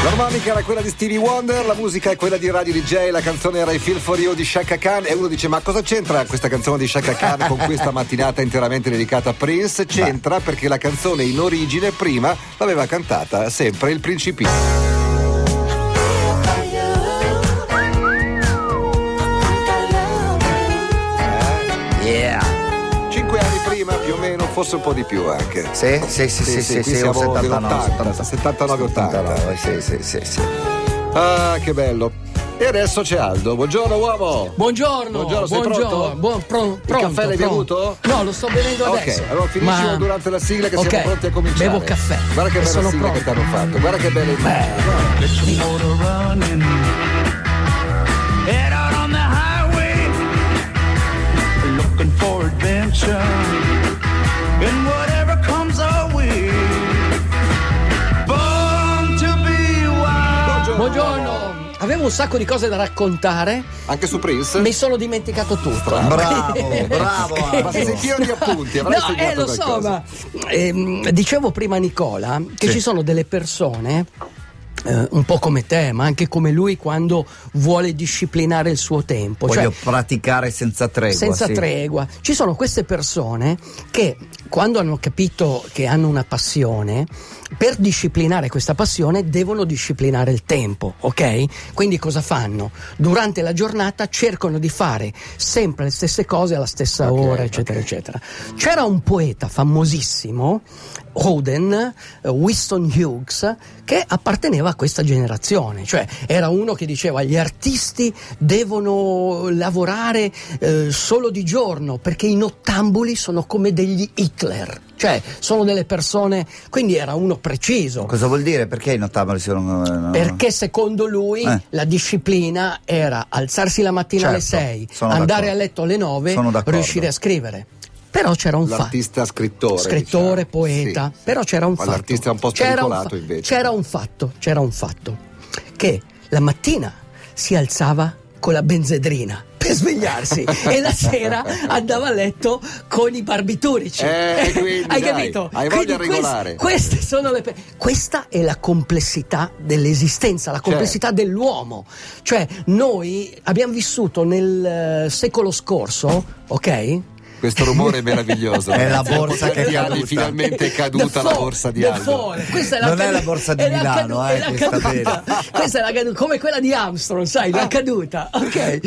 L'armonica era quella di Stevie Wonder, la musica è quella di Radio DJ, la canzone era I Feel For You di Chaka Khan, e uno dice: ma cosa c'entra questa canzone di Chaka Khan con questa mattinata interamente dedicata a Prince? C'entra perché la canzone in origine prima l'aveva cantata sempre il Principino. Forse un po' di più anche. Sì, siamo 79-80. Sì. Ah, che bello. E adesso c'è Aldo. Buongiorno uomo. Buongiorno, sei pronto? Pronto. Il caffè l'hai bevuto? No, lo sto bevendo adesso. Ok, allora finiscilo durante la sigla che siamo pronti a cominciare. Bevo caffè. Guarda che bella sono sigla pronto. che ti hanno fatto. Guarda che bella immagine. Head out on the highway, looking for adventure, and whatever comes our way, born to be wild. Buongiorno. Avevo un sacco di cose da raccontare. Anche su Prince? Mi sono dimenticato tutto. Bravo. Ma se sei pieno di appunti, avrai segnato lo so, qualcosa. ma dicevo prima a Nicola che ci sono delle persone un po' come te, ma anche come lui, quando vuole disciplinare il suo tempo. Voglio praticare senza tregua. Senza tregua. Ci sono queste persone che, quando hanno capito che hanno una passione, per disciplinare questa passione devono disciplinare il tempo, ok? Quindi cosa fanno? Durante la giornata cercano di fare sempre le stesse cose alla stessa ora, eccetera, eccetera. C'era un poeta famosissimo, Auden, Winston Hughes, che apparteneva a questa generazione, cioè era uno che diceva: gli artisti devono lavorare solo di giorno perché i nottambuli sono come degli Hitler, cioè sono delle persone, quindi era uno preciso. Cosa vuol dire? Perché i nottambuli sono... Perché secondo lui la disciplina era alzarsi la mattina alle 6, andare a letto alle 9, riuscire a scrivere. Però c'era un l'artista scrittore, diciamo. Poeta, sì. Però c'era un fatto. L'artista è un po' spericolato invece. C'era un fatto che la mattina si alzava con la benzedrina per svegliarsi e la sera andava a letto con i barbiturici. Quindi, hai capito? Hai voglia di regolare. Queste sono questa è la complessità dell'esistenza, la complessità dell'uomo. Cioè, noi abbiamo vissuto nel secolo scorso, ok? Questo rumore è meraviglioso. È la borsa che è caduta. Finalmente è caduta la borsa di Aldo. Questa è non è la borsa di Milano, questa bene. Questa è la caduta, come quella di Armstrong, sai, la caduta. Ok.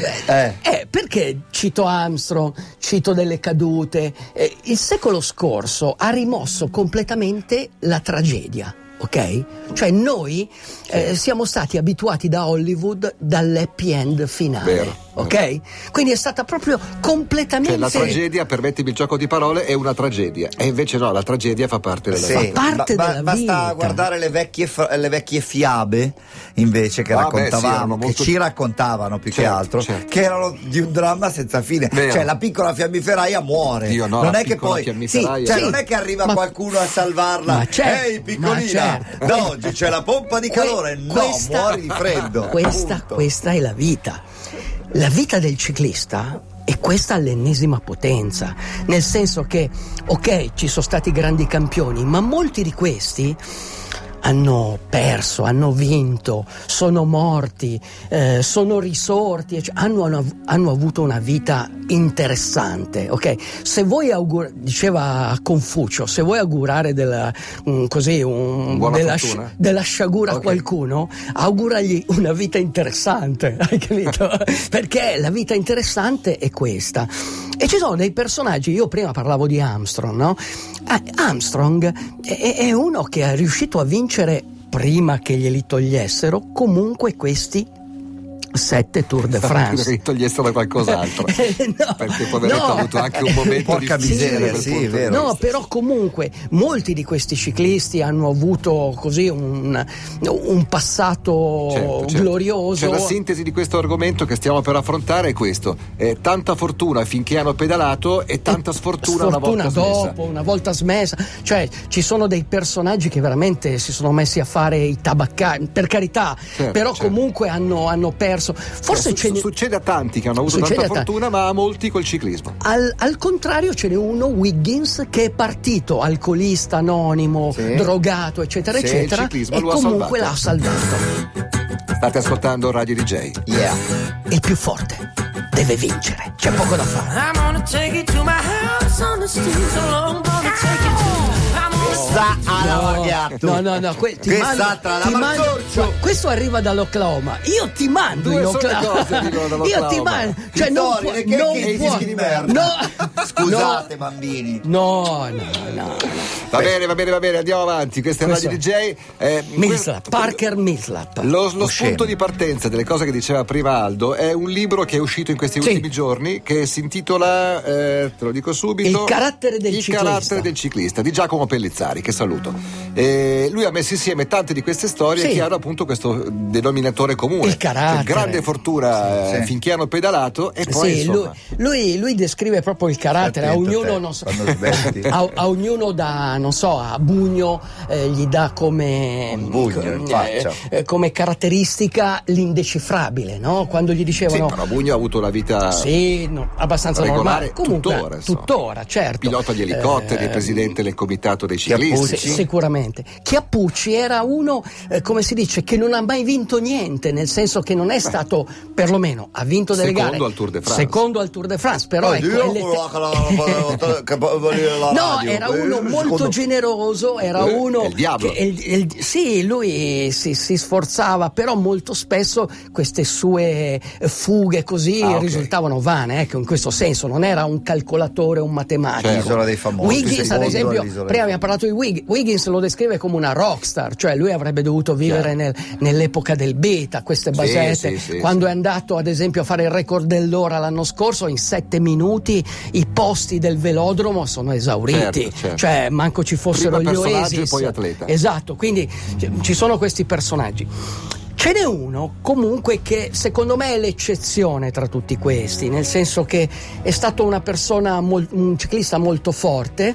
Perché cito Armstrong, cito delle cadute? Il secolo scorso ha rimosso completamente la tragedia. Ok? Cioè noi siamo stati abituati da Hollywood dall'happy end finale. Vero. Ok? Quindi è stata proprio completamente. Cioè la tragedia, permettimi il gioco di parole, è una tragedia. E invece no, la tragedia fa parte della vita. Fa parte della basta vita. guardare le vecchie fiabe invece che raccontavamo, che ci raccontavano più che altro, che erano di un dramma senza fine. Vero. Cioè la piccola fiammiferaia muore. Dio, no, non la è che poi non è che arriva qualcuno a salvarla. Ehi piccolina, no, oggi c'è la pompa di calore. Muori di freddo. Questa è la vita. La vita del ciclista è questa all'ennesima potenza, nel senso che, ok, ci sono stati grandi campioni, ma molti di questi hanno perso, hanno vinto, sono morti, sono risorti, hanno avuto una vita interessante, ok? Se vuoi diceva Confucio, se vuoi augurare della sciagura a qualcuno, auguragli una vita interessante, hai capito? Perché la vita interessante è questa. E ci sono dei personaggi, io prima parlavo di Armstrong, no? Armstrong è uno che è riuscito a vincere, prima che glieli togliessero, comunque questi 7 Tour de France. Che togliessero qualcos'altro. No, perché poveretto ha avuto anche un momento porca miseria, sì, vero. No, però comunque molti di questi ciclisti hanno avuto così un passato glorioso. Cioè, la sintesi di questo argomento che stiamo per affrontare è questo: tanta fortuna finché hanno pedalato e tanta sfortuna una volta smessa. Cioè ci sono dei personaggi che veramente si sono messi a fare i tabaccari, per carità, però comunque hanno perso perso. Forse succede a tanti che hanno avuto tanta fortuna, ma a molti col ciclismo. Al contrario ce n'è uno, Wiggins, che è partito alcolista, anonimo, drogato, eccetera, eccetera, e comunque l'ha salvato. State ascoltando Radio DJ. Yeah. Il più forte deve vincere, c'è poco da fare. I'm gonna take you to my house on the street, so I'm gonna take you to questo arriva dall'Oklahoma. Io ti mando in Oklahoma. Io ti mando, cioè non scusate bambini. No. Va bene, andiamo avanti. Questa è Radio DJ. Parker Mislap. Lo spunto di partenza delle cose che diceva prima Aldo è un libro che è uscito in questi ultimi giorni, che si intitola, te lo dico subito, Il carattere del ciclista di Giacomo Pellizzari, che saluto. Lui ha messo insieme tante di queste storie che hanno appunto questo denominatore comune, il carattere, grande fortuna finché hanno pedalato, e poi insomma lui descrive proprio il carattere. A ognuno a ognuno da, non so, a Bugno gli dà come come caratteristica l'indecifrabile, no? Quando gli dicevano però Bugno ha avuto la vita abbastanza normale, comunque tuttora, certo, pilota di elicotteri, presidente del comitato dei ciclisti. Sicuramente. Chiappucci era uno, come si dice, che non ha mai vinto niente, nel senso che non è stato, perlomeno ha vinto delle gare secondo al Tour de France, però era uno molto generoso, era uno il diavolo. Lui si sforzava, però molto spesso queste sue fughe così risultavano vane, ecco, in questo senso non era un calcolatore, un matematico. L'isola dei famosi. Wiggins, ad esempio, prima abbiamo parlato di Wiggins, lo descrive come una rockstar, cioè lui avrebbe dovuto vivere nell'epoca del beta, queste basette. Quando è andato ad esempio a fare il record dell'ora l'anno scorso, in 7 minuti i posti del velodromo sono esauriti, certo. Cioè manco ci fossero prima gli personaggio Oasis, e poi atleta. Esatto, quindi ci sono questi personaggi. Ce n'è uno comunque che secondo me è l'eccezione tra tutti questi, nel senso che è stato una persona, un ciclista molto forte,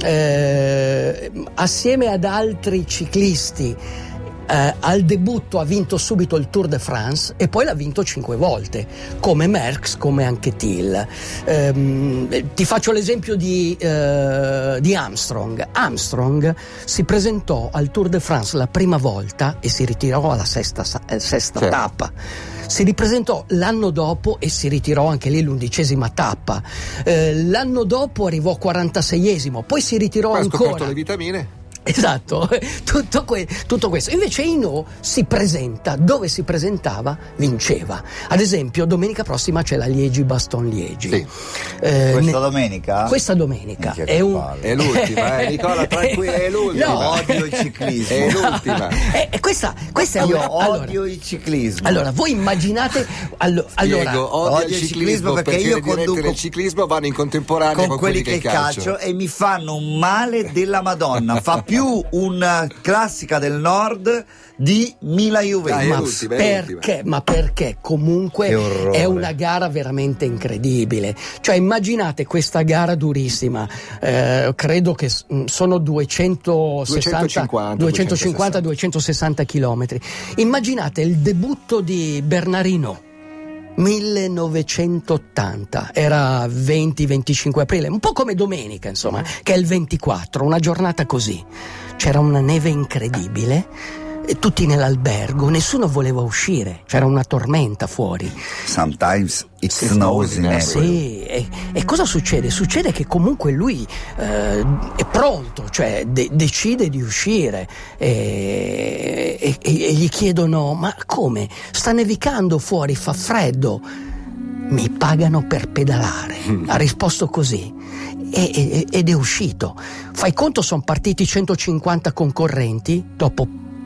assieme ad altri ciclisti. Al debutto ha vinto subito il Tour de France e poi l'ha vinto 5 volte, come Merckx, come anche Thiel. Ti faccio l'esempio di Armstrong. Armstrong si presentò al Tour de France la prima volta e si ritirò alla sesta tappa. Si ripresentò l'anno dopo e si ritirò anche lì l'11ª tappa. L'anno dopo arrivò 46esimo, poi si ritirò ancora. Ha scoperto le vitamine. Esatto, tutto questo. Invece Hinault si presenta, dove si presentava vinceva. Ad esempio domenica prossima c'è la Liegi-Bastogne-Liegi. Sì. Questa domenica è l'ultima, Nicola, tranquillo, è l'ultima. No, odio il ciclismo. È l'ultima. Questa è odio il ciclismo. Allora, voi immaginate odio il ciclismo perché io conduco il ciclismo, vanno in contemporanea con quelli che calcio e mi fanno un male della Madonna. Fa più una classica del nord di Mila-Juventus. Perché comunque è una gara veramente incredibile. Cioè immaginate questa gara durissima, credo che sono 250-260 chilometri. Immaginate il debutto di Bernard Hinault 1980, era 20-25 aprile, un po' come domenica, insomma, che è il 24, una giornata così. C'era una neve incredibile, tutti nell'albergo, nessuno voleva uscire, c'era una tormenta fuori. Sometimes it snows in everywhere. Sì, e cosa succede? Succede che comunque lui è pronto, cioè decide di uscire e gli chiedono: ma come? Sta nevicando fuori, fa freddo, mi pagano per pedalare. Ha risposto così ed è uscito. Fai conto, sono partiti 150 concorrenti, dopo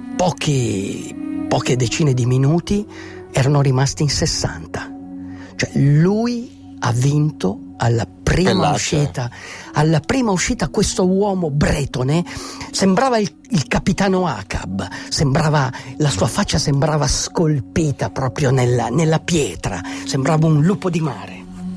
poche decine di minuti erano rimasti in 60. Cioè lui ha vinto alla prima uscita. Questo uomo bretone sembrava il capitano Acab, la sua faccia sembrava scolpita proprio nella pietra, sembrava un lupo di mare.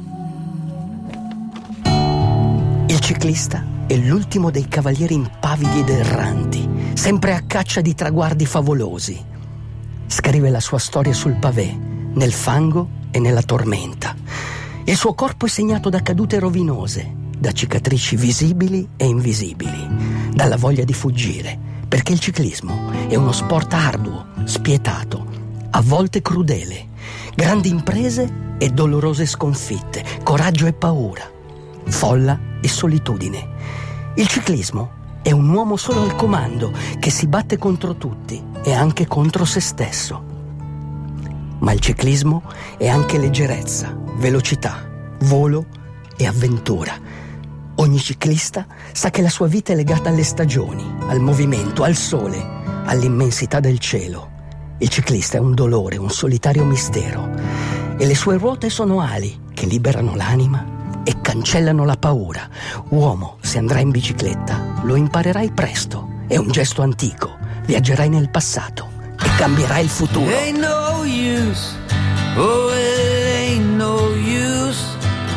Il ciclista è l'ultimo dei cavalieri impavidi ed erranti, sempre a caccia di traguardi favolosi. Scrive la sua storia sul pavé, nel fango e nella tormenta. Il suo corpo è segnato da cadute rovinose, da cicatrici visibili e invisibili, dalla voglia di fuggire, perché il ciclismo è uno sport arduo, spietato, a volte crudele, grandi imprese e dolorose sconfitte, coraggio e paura, folla e solitudine. Il ciclismo è un uomo solo al comando che si batte contro tutti e anche contro se stesso. Ma il ciclismo è anche leggerezza, velocità, volo e avventura. Ogni ciclista sa che la sua vita è legata alle stagioni, al movimento, al sole, all'immensità del cielo. Il ciclista è un dolore, un solitario mistero, e le sue ruote sono ali che liberano l'anima e cancellano la paura. Uomo, se andrai in bicicletta, lo imparerai presto. È un gesto antico. Viaggerai nel passato e cambierai il futuro. Ain't no use, oh it ain't no use.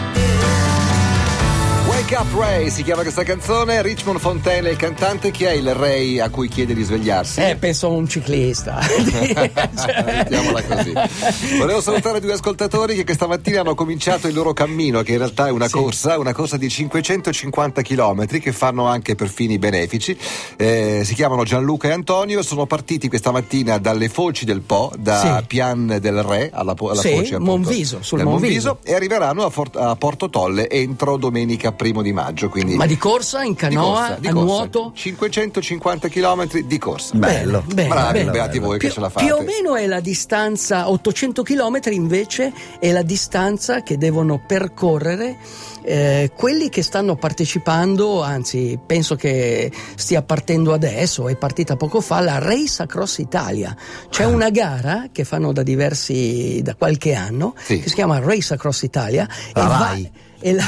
Wake Up Ray si chiama questa canzone. Richmond Fontaine è il cantante. Chi è il Ray a cui chiede di svegliarsi? Penso a un ciclista. Mettiamola così. Volevo salutare due ascoltatori che questa mattina hanno cominciato il loro cammino, che in realtà è una corsa di 550 chilometri che fanno anche per fini benefici. Si chiamano Gianluca e Antonio. Sono partiti questa mattina dalle Foci del Po, da Pian del Re alla Foce, appunto, Monviso, sul Monviso, e arriveranno a Porto Tolle entro domenica 1 di maggio. Quindi ma di corsa, in canoa, a nuoto? 550 chilometri di corsa. Bello. Bravi, beati voi che ce la fate. Più o meno è la distanza, 800 chilometri invece è la distanza che devono percorrere quelli che stanno partecipando, anzi penso che stia partendo adesso, è partita poco fa, la Race Across Italia. C'è una gara che fanno da qualche anno, che si chiama Race Across Italia, la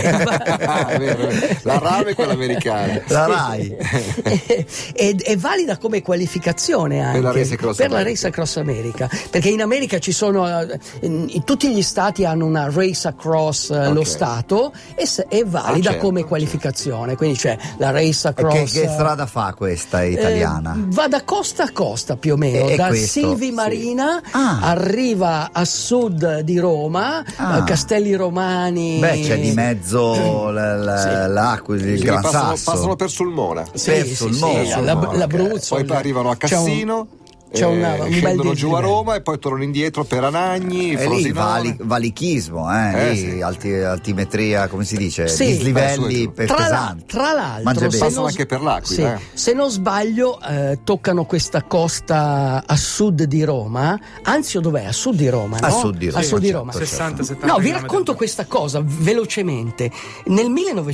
RAI è quella americana, la RAI è valida come qualificazione anche per la Race Across America, perché in America ci sono tutti gli stati hanno una Race Across lo stato e è valida come qualificazione, quindi c'è la Race Across. Che strada fa questa italiana? Va da costa a costa più o meno, da Silvi Marina arriva a sud di Roma, Castelli Romani. C'è di mezzo l'acqua, il Gran Sasso. Passano per Sulmona. L'Abruzzo. Poi arrivano a Cassino. Scendono giù a Roma e poi tornano indietro per Anagni, Frosinone. Valichismo, altimetria, come si dice? Dislivelli pesanti. Tra l'altro, passano anche per l'Aquila. Se non sbaglio, toccano questa costa a sud di Roma, anzi, dov'è? A sud di Roma, no? A sud di Roma. 60-70. No, vi racconto questa cosa velocemente. Nel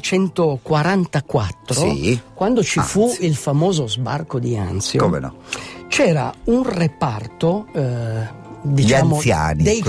1944, quando ci fu il famoso sbarco di Anzio, come no? C'era un reparto, gli anziani, dei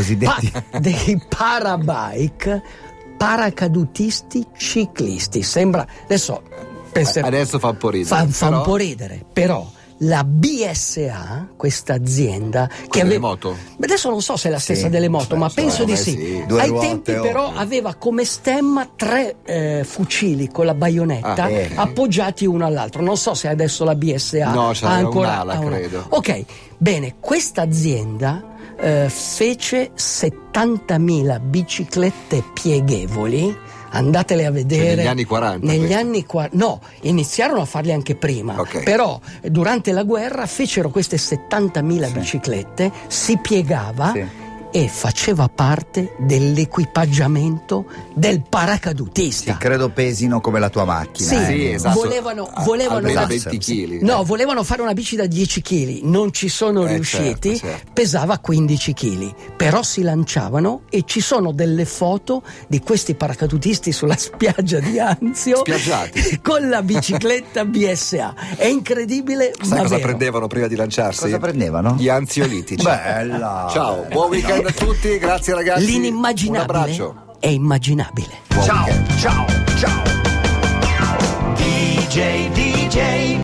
paracadutisti ciclisti. Sembra adesso fa un po' ridere. Fa un po' ridere, però la BSA, questa azienda che aveva moto. Adesso non so se è la stessa delle moto, ma penso di sì. Ai tempi però aveva come stemma 3 fucili con la baionetta appoggiati uno all'altro. Non so se adesso la BSA ha ancora un'ala, credo. Ok, bene, questa azienda fece 70.000 biciclette pieghevoli. Andatele a vedere. Negli anni 40. No, iniziarono a farli anche prima. Però durante la guerra fecero queste 70.000 biciclette, si piegava e faceva parte dell'equipaggiamento del paracadutista. Sì, credo pesino come la tua macchina. Sì, esatto. Volevano 20 kg. No, volevano fare una bici da 10 kg, non ci sono riusciti. Certo. Pesava 15 kg, però si lanciavano e ci sono delle foto di questi paracadutisti sulla spiaggia di Anzio con la bicicletta BSA. È incredibile. Sai cosa prendevano prima di lanciarsi? Cosa prendevano? Gli ansiolitici. Bella. Ciao, buon weekend a tutti, grazie ragazzi. L'inimmaginabile un abbraccio. è immaginabile. Ciao. DJ